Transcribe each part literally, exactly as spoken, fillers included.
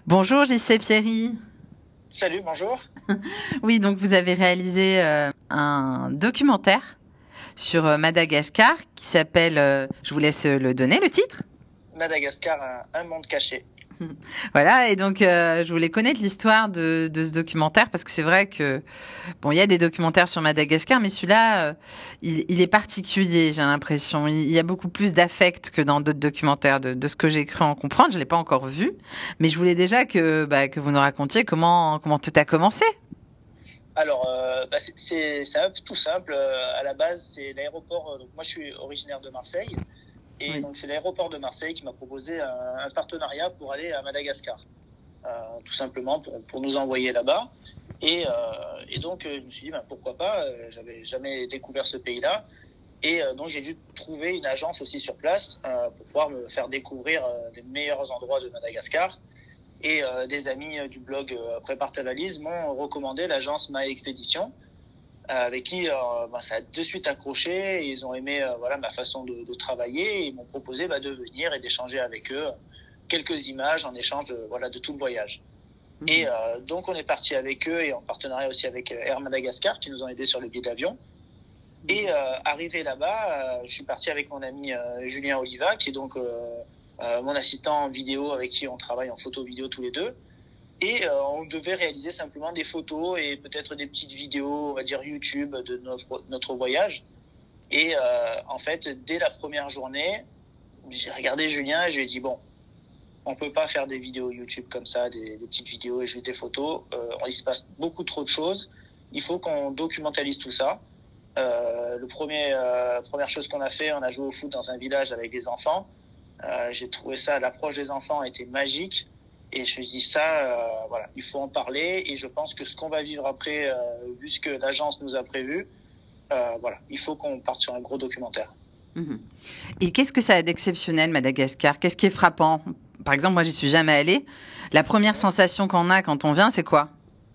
Bonjour J C Pierry. Salut, bonjour. Oui, donc vous avez réalisé euh, un documentaire sur euh, Madagascar qui s'appelle, euh, je vous laisse le donner, le titre. Madagascar, un, un monde caché. Voilà, et donc euh, je voulais connaître l'histoire de, de ce documentaire parce que c'est vrai que, bon, il y a des documentaires sur Madagascar, mais celui-là, euh, il, il est particulier, j'ai l'impression. Il, il y a beaucoup plus d'affect que dans d'autres documentaires, de, de ce que j'ai cru en comprendre. Je l'ai pas encore vu, mais je voulais déjà que, bah, que vous nous racontiez comment, comment tout a commencé. Alors, euh, bah, c'est c'est- c'est un peu tout simple. Euh, à la base, c'est l'aéroport. euh, Donc, moi, je suis originaire de Marseille. Et Oui. donc, c'est l'aéroport de Marseille qui m'a proposé un, un partenariat pour aller à Madagascar. Euh, tout simplement pour, pour nous envoyer là-bas. Et, euh, et donc, euh, je me suis dit, ben, pourquoi pas. euh, J'avais jamais découvert ce pays-là. Et euh, donc, j'ai dû trouver une agence aussi sur place euh, pour pouvoir me faire découvrir euh, les meilleurs endroits de Madagascar. Et euh, des amis euh, du blog euh, Prépare ta valise m'ont recommandé l'agence My Expédition, euh, avec qui euh, bah, ça a de suite accroché. Et ils ont aimé euh, voilà ma façon de, de travailler et ils m'ont proposé bah, de venir et d'échanger avec eux quelques images en échange de voilà de tout le voyage. Mmh. Et euh, donc on est parti avec eux et en partenariat aussi avec Air Madagascar qui nous ont aidés sur le billet d'avion. Et euh, arrivé là-bas, euh, je suis parti avec mon ami euh, Julien Oliva, qui est donc euh, euh, mon assistant en vidéo avec qui on travaille en photo-vidéo tous les deux. Et euh, on devait réaliser simplement des photos et peut-être des petites vidéos, on va dire YouTube, de notre, notre voyage. Et euh, en fait, dès la première journée, j'ai regardé Julien et je lui ai dit, bon, on peut pas faire des vidéos YouTube comme ça, des, des petites vidéos et juste des photos. Euh, il se passe beaucoup trop de choses. Il faut qu'on documentalise tout ça. Euh, le premier, euh, première chose qu'on a fait, on a joué au foot dans un village avec des enfants. Euh, j'ai trouvé ça, l'approche des enfants était magique. Et je me dis ça, euh, voilà, il faut en parler. Et je pense que ce qu'on va vivre après, euh, vu ce que l'agence nous a prévu, euh, voilà, il faut qu'on parte sur un gros documentaire. Mmh. Et qu'est-ce que ça a d'exceptionnel, Madagascar? Qu'est-ce qui est frappant? Par exemple, moi, j'y suis jamais allée. La première Mhm. sensation qu'on a quand on vient, c'est quoi?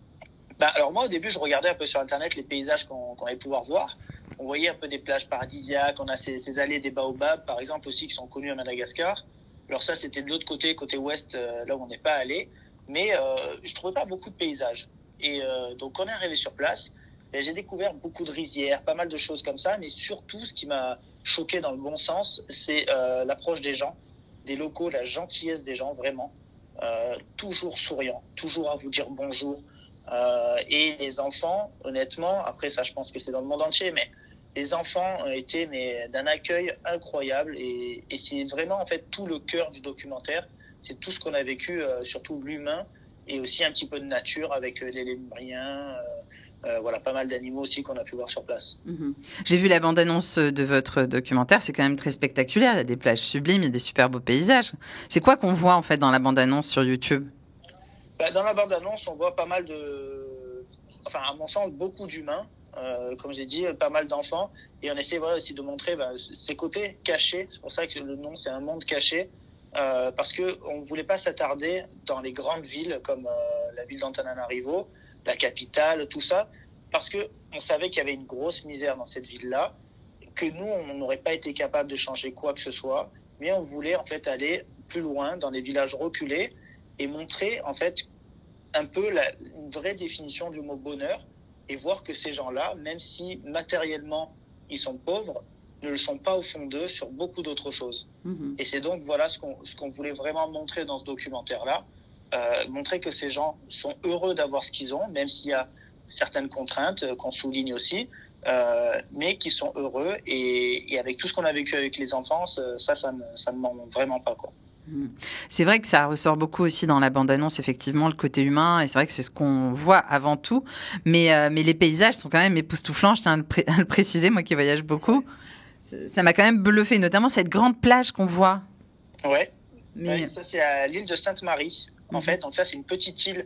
Bah, alors moi, au début, je regardais un peu sur Internet les paysages qu'on qu'on allait pouvoir voir. On voyait un peu des plages paradisiaques, on a ces, ces allées des baobabs, par exemple, aussi, qui sont connues à Madagascar. Alors ça, c'était de l'autre côté, côté ouest, euh, là où on n'est pas allé. Mais euh, je trouvais pas beaucoup de paysages. Et euh, donc, on est arrivé sur place. Et j'ai découvert beaucoup de rizières, pas mal de choses comme ça. Mais surtout, ce qui m'a choqué dans le bon sens, c'est euh, l'approche des gens, des locaux, la gentillesse des gens, vraiment. Euh, toujours souriant, toujours à vous dire bonjour. Euh, et les enfants, honnêtement, après ça, je pense que c'est dans le monde entier, mais les enfants ont été mais d'un accueil incroyable et, et c'est vraiment en fait tout le cœur du documentaire. C'est tout ce qu'on a vécu, euh, surtout l'humain et aussi un petit peu de nature avec euh, les lémuriens, euh, euh, voilà, pas mal d'animaux aussi qu'on a pu voir sur place. Mmh. J'ai vu la bande-annonce de votre documentaire, c'est quand même très spectaculaire. Il y a des plages sublimes, il y a des super beaux paysages. C'est quoi qu'on voit en fait dans la bande-annonce sur YouTube? Bah, dans la bande-annonce, on voit pas mal de, enfin, à mon sens, beaucoup d'humains, euh, comme j'ai dit, pas mal d'enfants, et on essaie voilà, aussi de montrer bah, ces côtés cachés. C'est pour ça que le nom, c'est un monde caché, euh, parce que on voulait pas s'attarder dans les grandes villes comme euh, la ville d'Antananarivo, la capitale, tout ça, parce que on savait qu'il y avait une grosse misère dans cette ville-là, que nous, on n'aurait pas été capable de changer quoi que ce soit, mais on voulait en fait aller plus loin dans des villages reculés et montrer en fait un peu la, une vraie définition du mot bonheur et voir que ces gens-là, même si matériellement ils sont pauvres, ne le sont pas au fond d'eux sur beaucoup d'autres choses. Mmh. Et c'est donc voilà ce qu'on, ce qu'on voulait vraiment montrer dans ce documentaire-là, euh, montrer que ces gens sont heureux d'avoir ce qu'ils ont, même s'il y a certaines contraintes euh, qu'on souligne aussi, euh, mais qui sont heureux et, et avec tout ce qu'on a vécu avec les enfants, ça, ça, ça ne, ça ne ment vraiment pas, quoi. Mmh. C'est vrai que ça ressort beaucoup aussi dans la bande-annonce, effectivement, le côté humain, et c'est vrai que c'est ce qu'on voit avant tout. Mais, euh, mais les paysages sont quand même époustouflants, je tiens à le, pré- à le préciser, moi qui voyage beaucoup. Ça ça m'a quand même bluffé, notamment cette grande plage qu'on voit. Ouais. Ouais, Mais ça c'est à l'île de Sainte-Marie, en mmh. fait. Donc ça c'est une petite île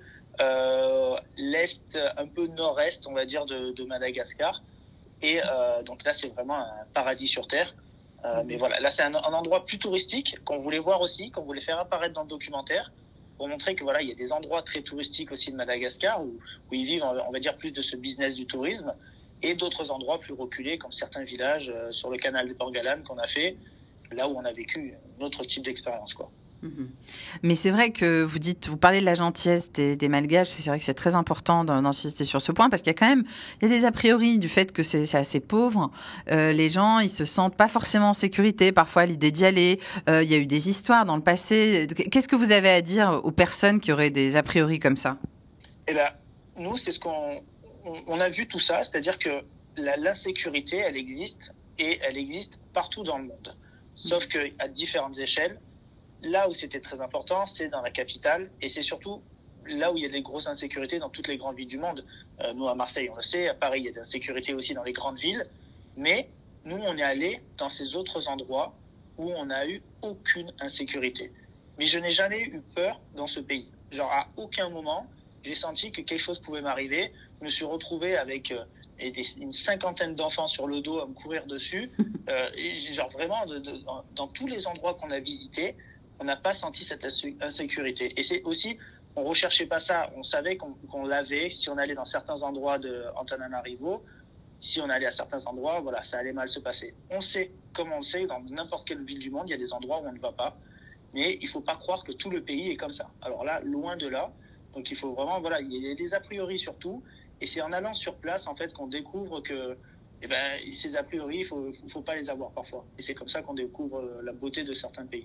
euh, l'est, un peu nord-est, on va dire, de, de Madagascar. Et euh, donc là c'est vraiment un paradis sur terre. Euh, mais Mmh. voilà, là c'est un, un endroit plus touristique qu'on voulait voir aussi, qu'on voulait faire apparaître dans le documentaire, pour montrer que voilà il y a des endroits très touristiques aussi de Madagascar où, où ils vivent, on va dire, plus de ce business du tourisme, et d'autres endroits plus reculés comme certains villages euh, sur le canal de Portgallam qu'on a fait, là où on a vécu un autre type d'expérience, quoi. Mmh. Mais c'est vrai que vous dites, vous parlez de la gentillesse des, des Malgaches, c'est vrai que c'est très important d'insister sur ce point parce qu'il y a quand même, il y a des a priori du fait que c'est assez pauvre. Euh, les gens, ils se sentent pas forcément en sécurité parfois à l'idée d'y aller. Euh, il y a eu des histoires dans le passé. Qu'est-ce que vous avez à dire aux personnes qui auraient des a priori comme ça? Eh ben, nous, c'est ce qu'on on, on a vu tout ça, c'est-à-dire que l'insécurité, elle existe et elle existe partout dans le monde, sauf qu'à différentes échelles. Là où c'était très important, c'est dans la capitale et c'est surtout là où il y a des grosses insécurités dans toutes les grandes villes du monde. Euh, nous, à Marseille, on le sait, à Paris, il y a de l'insécurité aussi dans les grandes villes. Mais nous, on est allé dans ces autres endroits où on n'a eu aucune insécurité. Mais je n'ai jamais eu peur dans ce pays. Genre, à aucun moment, j'ai senti que quelque chose pouvait m'arriver. Je me suis retrouvé avec euh, des, une cinquantaine d'enfants sur le dos à me courir dessus. Euh, et genre, vraiment, de, de, dans, dans tous les endroits qu'on a visités, on n'a pas senti cette insécurité. Et c'est aussi, on recherchait pas ça. On savait qu'on qu'on l'avait. Si on allait dans certains endroits de Antananarivo, si on allait à certains endroits, voilà, ça allait mal se passer. On sait, comme on le sait, dans n'importe quelle ville du monde, il y a des endroits où on ne va pas. Mais il faut pas croire que tout le pays est comme ça. Alors là, loin de là. Donc il faut vraiment, voilà, il y a des a priori surtout. Et c'est en allant sur place, en fait, qu'on découvre que, eh ben, ces a priori, il faut, faut pas les avoir parfois. Et c'est comme ça qu'on découvre la beauté de certains pays.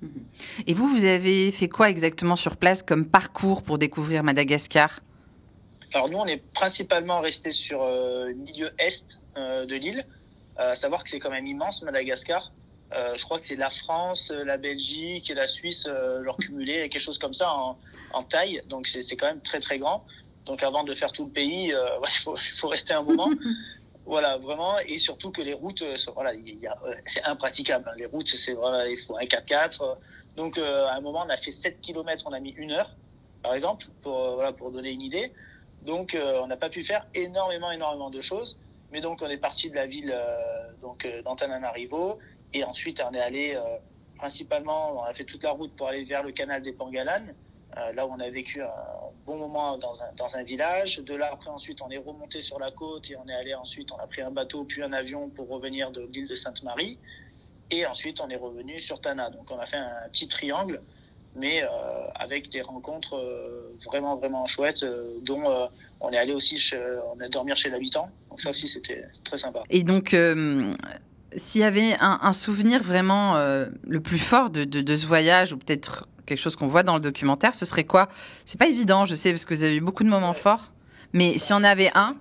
Et vous, vous avez fait quoi exactement sur place comme parcours pour découvrir Madagascar? Alors nous, on est principalement resté sur euh, le milieu est euh, de l'île. Euh, à savoir que c'est quand même immense, Madagascar. Euh, je crois que c'est la France, la Belgique et la Suisse, euh, genre cumulés, quelque chose comme ça en, en taille. Donc c'est quand même très très grand. Donc avant de faire tout le pays, euh, ouais, il faut, faut rester un moment. Voilà, vraiment, et surtout que les routes, sont, voilà, il y a, c'est impraticable. Les routes, c'est voilà, il faut un quatre-quatre. Donc, euh, à un moment, on a fait sept kilomètres, on a mis une heure, par exemple, pour euh, voilà, pour donner une idée. Donc, euh, on n'a pas pu faire énormément, énormément de choses. Mais donc, on est parti de la ville euh, donc euh, d'Antananarivo, et ensuite, on est allé euh, principalement, on a fait toute la route pour aller vers le canal des Pangalan. Euh, là où on a vécu un bon moment dans un, dans un village. De là, après, ensuite, on est remonté sur la côte et on est allé ensuite, on a pris un bateau puis un avion pour revenir de l'île de Sainte-Marie. Et ensuite, on est revenu sur Tana. Donc, on a fait un petit triangle, mais euh, avec des rencontres euh, vraiment, vraiment chouettes, euh, dont euh, on est allé aussi, chez, on est dormir chez l'habitant. Donc, ça aussi, c'était très sympa. Et donc, euh, s'il y avait un, un souvenir vraiment euh, le plus fort de, de, de ce voyage, ou peut-être quelque chose qu'on voit dans le documentaire, ce serait quoi? C'est pas évident, je sais, parce que vous avez eu beaucoup de moments ouais. forts. Mais ouais. si on avait un.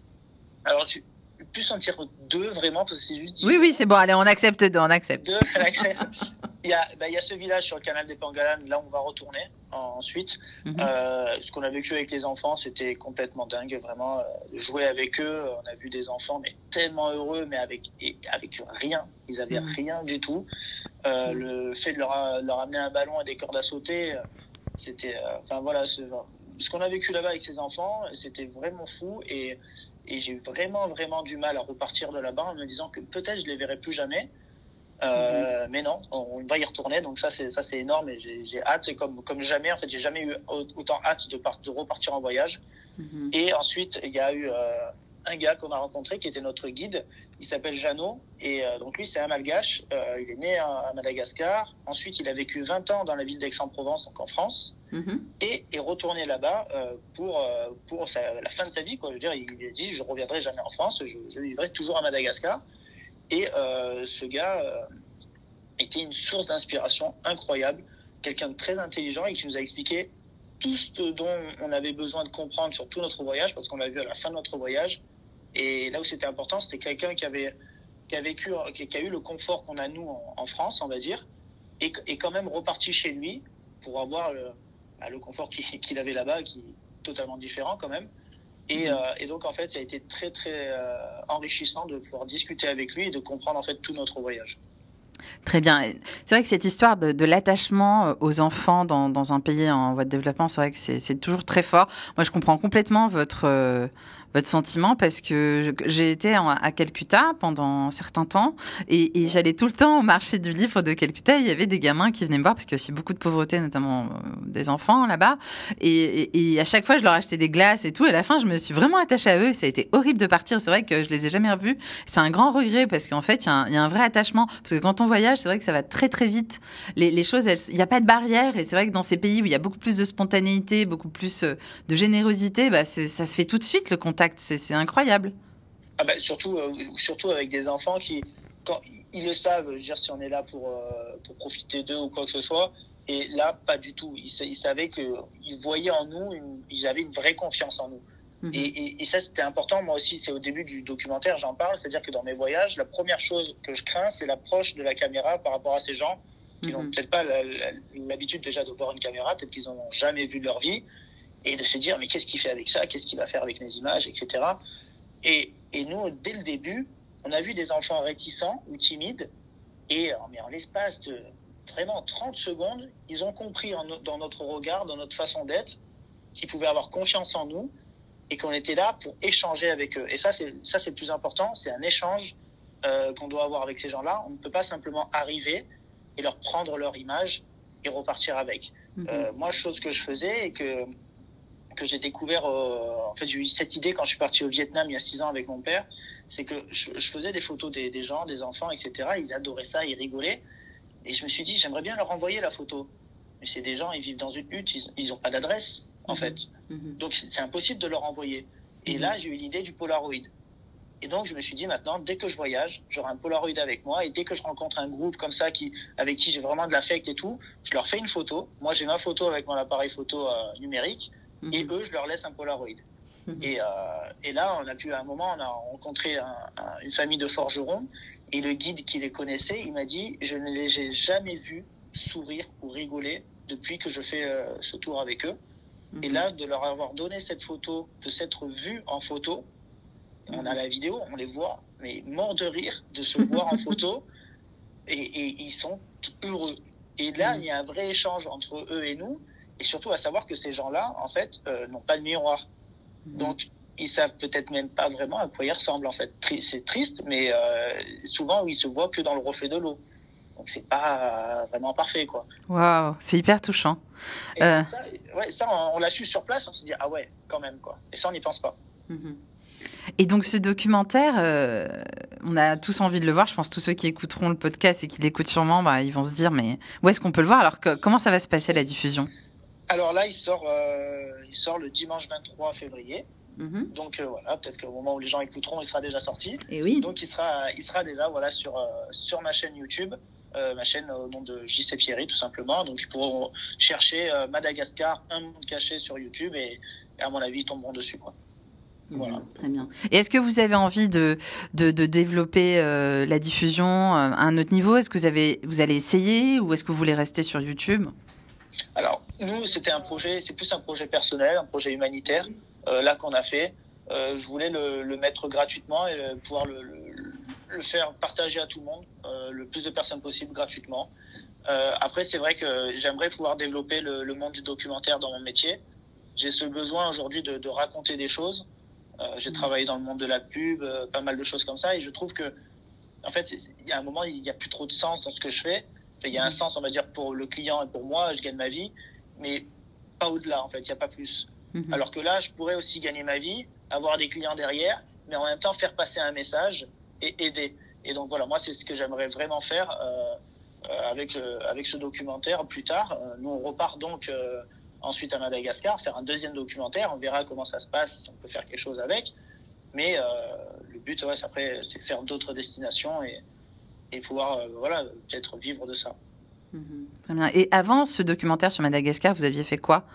Alors, tu peux en tirer deux vraiment, parce que c'est juste. Oui, oui, c'est bon. Allez, on accepte deux, on accepte. Deux. il y a, bah, il y a ce village sur le canal des Pangalan. Là, on va retourner ensuite. Mm-hmm. Euh, ce qu'on a vécu avec les enfants, c'était complètement dingue, vraiment. Euh, jouer avec eux, on a vu des enfants, mais tellement heureux, mais avec et, avec rien. Ils avaient mm-hmm. rien du tout. Euh, mmh. Le fait de leur, leur amener un ballon et des cordes à sauter, c'était, euh, enfin voilà, ce, ce qu'on a vécu là-bas avec ces enfants, c'était vraiment fou et, et j'ai eu vraiment vraiment du mal à repartir de là-bas en me disant que peut-être je les verrai plus jamais, euh, mmh. mais non, on, on va y retourner, donc ça c'est ça c'est énorme et j'ai, j'ai hâte et comme comme jamais en fait j'ai jamais eu autant hâte de, part, de repartir en voyage. Mmh. Et ensuite il y a eu euh, un gars qu'on a rencontré qui était notre guide, il s'appelle Jeannot et euh, donc lui c'est un malgache, euh, il est né à, à Madagascar, ensuite il a vécu vingt ans dans la ville d'Aix-en-Provence, donc en France, mm-hmm. et est retourné là-bas euh, pour euh, pour sa, la fin de sa vie quoi. Je veux dire, il a dit je reviendrai jamais en France, je, je vivrai toujours à Madagascar. Et euh, ce gars euh, était une source d'inspiration incroyable, quelqu'un de très intelligent et qui nous a expliqué tout ce dont on avait besoin de comprendre sur tout notre voyage, parce qu'on l'a vu à la fin de notre voyage. Et là où c'était important, c'était quelqu'un qui avait, qui a vécu, qui, qui a eu le confort qu'on a nous en, en France, on va dire, et, et quand même reparti chez lui pour avoir le, le confort qu'il, qu'il avait là-bas, qui est totalement différent quand même. Et, mmh. euh, et donc en fait, ça a été très très euh, enrichissant de pouvoir discuter avec lui et de comprendre en fait tout notre voyage. Très bien. C'est vrai que cette histoire de, de l'attachement aux enfants dans, dans un pays en voie de développement, c'est vrai que c'est, c'est toujours très fort. Moi, je comprends complètement votre, euh, votre sentiment parce que j'ai été à Calcutta pendant un certain temps et, et j'allais tout le temps au marché du livre de Calcutta. Il y avait des gamins qui venaient me voir parce qu'il y a aussi beaucoup de pauvreté, notamment des enfants là-bas. Et, et, et à chaque fois, je leur achetais des glaces et tout. Et à la fin, je me suis vraiment attachée à eux. Ça a été horrible de partir. C'est vrai que je les ai jamais revus. C'est un grand regret parce qu'en fait, il y, a un, il y a un vrai attachement. Parce que quand on voyage, c'est vrai que ça va très très vite. Les, les choses, elles, il n'y a pas de barrière. Et c'est vrai que dans ces pays où il y a beaucoup plus de spontanéité, beaucoup plus de générosité, bah c'est, ça se fait tout de suite le contact. C'est, c'est incroyable. Ah bah, surtout, euh, surtout avec des enfants qui, quand ils le savent, je veux dire, si on est là pour, euh, pour profiter d'eux ou quoi que ce soit. Et là, pas du tout. Ils, ils savaient qu'ils voyaient en nous, une, ils avaient une vraie confiance en nous. Mmh. Et, et, et ça, c'était important. Moi aussi, c'est au début du documentaire, j'en parle. C'est-à-dire que dans mes voyages, la première chose que je crains, c'est l'approche de la caméra par rapport à ces gens qui n'ont mmh. peut-être pas la, la, l'habitude déjà de voir une caméra, peut-être qu'ils n'en ont jamais vu de leur vie, et de se dire, mais qu'est-ce qu'il fait avec ça? Qu'est-ce qu'il va faire avec mes images, et cetera. Et, et nous, dès le début, on a vu des enfants réticents ou timides, et mais en l'espace de vraiment trente secondes, ils ont compris en, dans notre regard, dans notre façon d'être, qu'ils pouvaient avoir confiance en nous et qu'on était là pour échanger avec eux. Et ça, c'est, ça, c'est le plus important, c'est un échange euh, qu'on doit avoir avec ces gens-là. On ne peut pas simplement arriver et leur prendre leur image et repartir avec. Mm-hmm. Euh, moi, chose que je faisais et que, que j'ai découvert, euh, en fait, j'ai eu cette idée quand je suis parti au Vietnam il y a six ans avec mon père, c'est que je, je faisais des photos des, des gens, des enfants, et cetera. Ils adoraient ça, ils rigolaient. Et je me suis dit, j'aimerais bien leur envoyer la photo. Mais c'est des gens, ils vivent dans une hutte, ils n'ont pas d'adresse, en mmh. fait. Mmh. Donc, c'est, c'est impossible de leur envoyer. Et mmh. là, j'ai eu l'idée du Polaroid. Et donc, je me suis dit, maintenant, dès que je voyage, j'aurai un Polaroid avec moi. Et dès que je rencontre un groupe comme ça, qui, avec qui j'ai vraiment de l'affect et tout, je leur fais une photo. Moi, j'ai ma photo avec mon appareil photo euh, numérique. Mmh. Et eux, je leur laisse un Polaroid. Mmh. Et, euh, et là, on a pu, à un moment, on a rencontré un, un, une famille de forgerons. Et le guide qui les connaissait, il m'a dit, je ne les ai jamais vus sourire ou rigoler depuis que je fais euh, ce tour avec eux. Mm-hmm. Et là, de leur avoir donné cette photo, de s'être vus en photo, mm-hmm. on a la vidéo, on les voit, mais morts de rire de se voir en photo, et, et ils sont heureux. Et là, mm-hmm. il y a un vrai échange entre eux et nous, et surtout à savoir que ces gens-là, en fait, euh, n'ont pas de miroir. Mm-hmm. Donc, ils savent peut-être même pas vraiment à quoi ils ressemblent en fait. C'est triste, mais euh, souvent ils se voient que dans le reflet de l'eau. Donc c'est pas vraiment parfait quoi. Waouh, c'est hyper touchant. Et euh... ça, ouais, ça on, on l'a su sur place, on s'est dit ah ouais quand même quoi. Et ça on n'y pense pas. Mm-hmm. Et donc ce documentaire, euh, on a tous envie de le voir. Je pense que tous ceux qui écouteront le podcast et qui l'écoutent sûrement, bah, ils vont se dire mais où est-ce qu'on peut le voir? Alors que, comment ça va se passer la diffusion? Alors là il sort, euh, il sort le dimanche vingt-trois février. Mmh. Donc euh, voilà, peut-être qu'au moment où les gens écouteront, il sera déjà sorti. Et oui. Donc il sera, il sera déjà voilà sur euh, sur ma chaîne YouTube, euh, ma chaîne au nom de J C Pierry tout simplement. Donc ils pourront chercher euh, Madagascar, un monde caché sur YouTube et, et à mon avis ils tomberont dessus quoi. Mmh, voilà. Très bien. Et est-ce que vous avez envie de de, de développer euh, la diffusion à un autre niveau? Est-ce que vous avez vous allez essayer ou est-ce que vous voulez rester sur YouTube? Alors nous c'était un projet, c'est plus un projet personnel, un projet humanitaire. Euh, là qu'on a fait, euh, je voulais le, le mettre gratuitement et le, pouvoir le, le, le faire partager à tout le monde, euh, le plus de personnes possible gratuitement. Euh, après, c'est vrai que j'aimerais pouvoir développer le, le monde du documentaire dans mon métier. J'ai ce besoin aujourd'hui de, de raconter des choses. Euh, j'ai mmh. travaillé dans le monde de la pub, euh, pas mal de choses comme ça, et je trouve que, en fait, il y a un moment, il n'y a plus trop de sens dans ce que je fais. Enfin, il y a un sens, on va dire, pour le client et pour moi, je gagne ma vie, mais pas au-delà, en fait, il n'y a pas plus. Mmh. Alors que là, je pourrais aussi gagner ma vie, avoir des clients derrière, mais en même temps faire passer un message et aider. Et donc voilà, moi c'est ce que j'aimerais vraiment faire euh, euh, avec euh, avec ce documentaire plus tard. Euh, nous on repart donc euh, ensuite à Madagascar faire un deuxième documentaire. On verra comment ça se passe, si on peut faire quelque chose avec. Mais euh, le but, ouais, c'est après, c'est de faire d'autres destinations et et pouvoir euh, voilà peut-être vivre de ça. Mmh. Très bien. Et avant ce documentaire sur Madagascar, vous aviez fait quoi?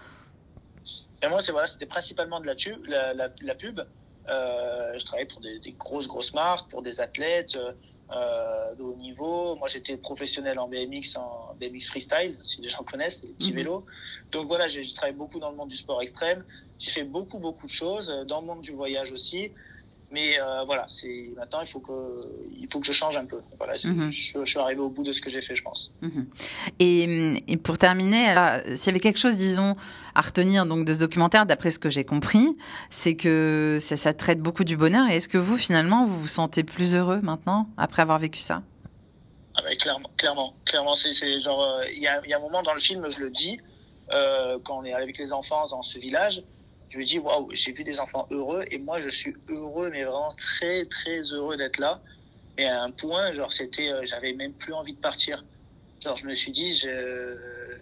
Et moi, c'est voilà, c'était principalement de la, tube, la, la, la pub. Euh, je travaillais pour des, des grosses, grosses marques, pour des athlètes euh, de haut niveau. Moi, j'étais professionnel en B M X, en B M X freestyle, si les gens connaissent, les petits mmh. vélos. Donc voilà, j'ai, j'ai travaillé beaucoup dans le monde du sport extrême. J'ai fait beaucoup, beaucoup de choses, dans le monde du voyage aussi. Mais euh, voilà, c'est maintenant il faut que il faut que je change un peu. Voilà, mm-hmm. je, je suis arrivé au bout de ce que j'ai fait, je pense. Mm-hmm. Et, et pour terminer, alors, s'il y avait quelque chose, disons, à retenir donc de ce documentaire, d'après ce que j'ai compris, c'est que ça, ça traite beaucoup du bonheur. Et est-ce que vous, finalement, vous vous sentez plus heureux maintenant après avoir vécu ça? Ah ben, clairement, clairement, clairement, c'est, c'est genre il euh, y, a, y a un moment dans le film, je le dis, euh, quand on est avec les enfants dans ce village. Je me dis, waouh, j'ai vu des enfants heureux et moi, je suis heureux, mais vraiment très, très heureux d'être là. Et à un point, genre, c'était, euh, j'avais même plus envie de partir. Genre, je me suis dit, je,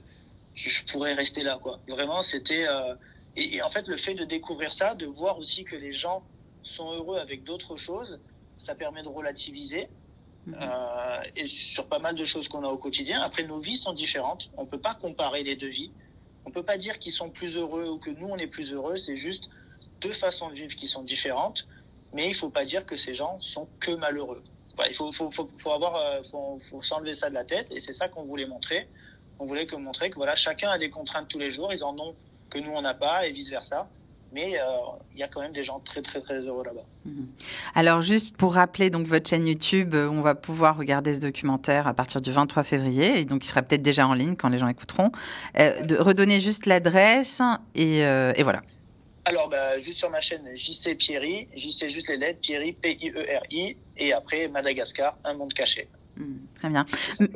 je pourrais rester là, quoi. Vraiment, c'était, euh, et, et en fait, le fait de découvrir ça, de voir aussi que les gens sont heureux avec d'autres choses, ça permet de relativiser. Mmh. Euh, et sur pas mal de choses qu'on a au quotidien. Après, nos vies sont différentes. On peut pas comparer les deux vies. On peut pas dire qu'ils sont plus heureux ou que nous, on est plus heureux. C'est juste deux façons de vivre qui sont différentes. Mais il faut pas dire que ces gens sont que malheureux. Voilà, il faut, faut, faut, faut avoir, euh, faut, faut s'enlever ça de la tête. Et c'est ça qu'on voulait montrer. On voulait que montrer que voilà, chacun a des contraintes tous les jours. Ils en ont que nous, on n'a pas et vice versa. Mais il euh, y a quand même des gens très, très, très heureux là-bas. Alors, juste pour rappeler donc votre chaîne YouTube, on va pouvoir regarder ce documentaire à partir du vingt-trois février. Et donc, il sera peut-être déjà en ligne quand les gens écouteront. Euh, de redonner juste l'adresse et, euh, et voilà. Alors, bah, juste sur ma chaîne J C Pierry, J C juste les lettres, Pierry, P I E R I, et après Madagascar, un monde caché. Mmh, très bien.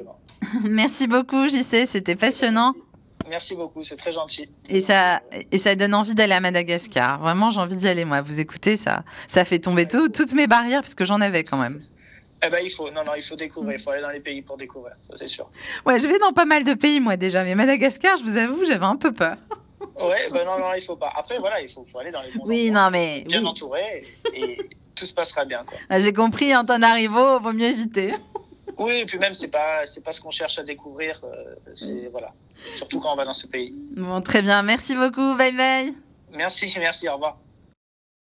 Merci beaucoup, J C, c'était passionnant. Merci beaucoup, c'est très gentil. Et ça, et ça donne envie d'aller à Madagascar. Vraiment, j'ai envie d'y aller, moi. Vous écoutez, ça, ça fait tomber tout, toutes mes barrières, parce que j'en avais quand même. Eh ben, il faut, non, non, il faut découvrir. Il faut aller dans les pays pour découvrir, ça, c'est sûr. Ouais, je vais dans pas mal de pays, moi, déjà. Mais Madagascar, je vous avoue, j'avais un peu peur. Ouais, ben non, non, il faut pas. Après, voilà, il faut, faut aller dans les bons oui, endroits, non, mais. Bien oui. entouré, et, et tout se passera bien, quoi. Ah, j'ai compris, en ton arrivo, vaut mieux éviter. Oui, et puis même, c'est pas, c'est pas ce qu'on cherche à découvrir. Euh, c'est, voilà. Surtout quand on va dans ce pays. Bon, très bien. Merci beaucoup. Bye bye. Merci, merci, au revoir.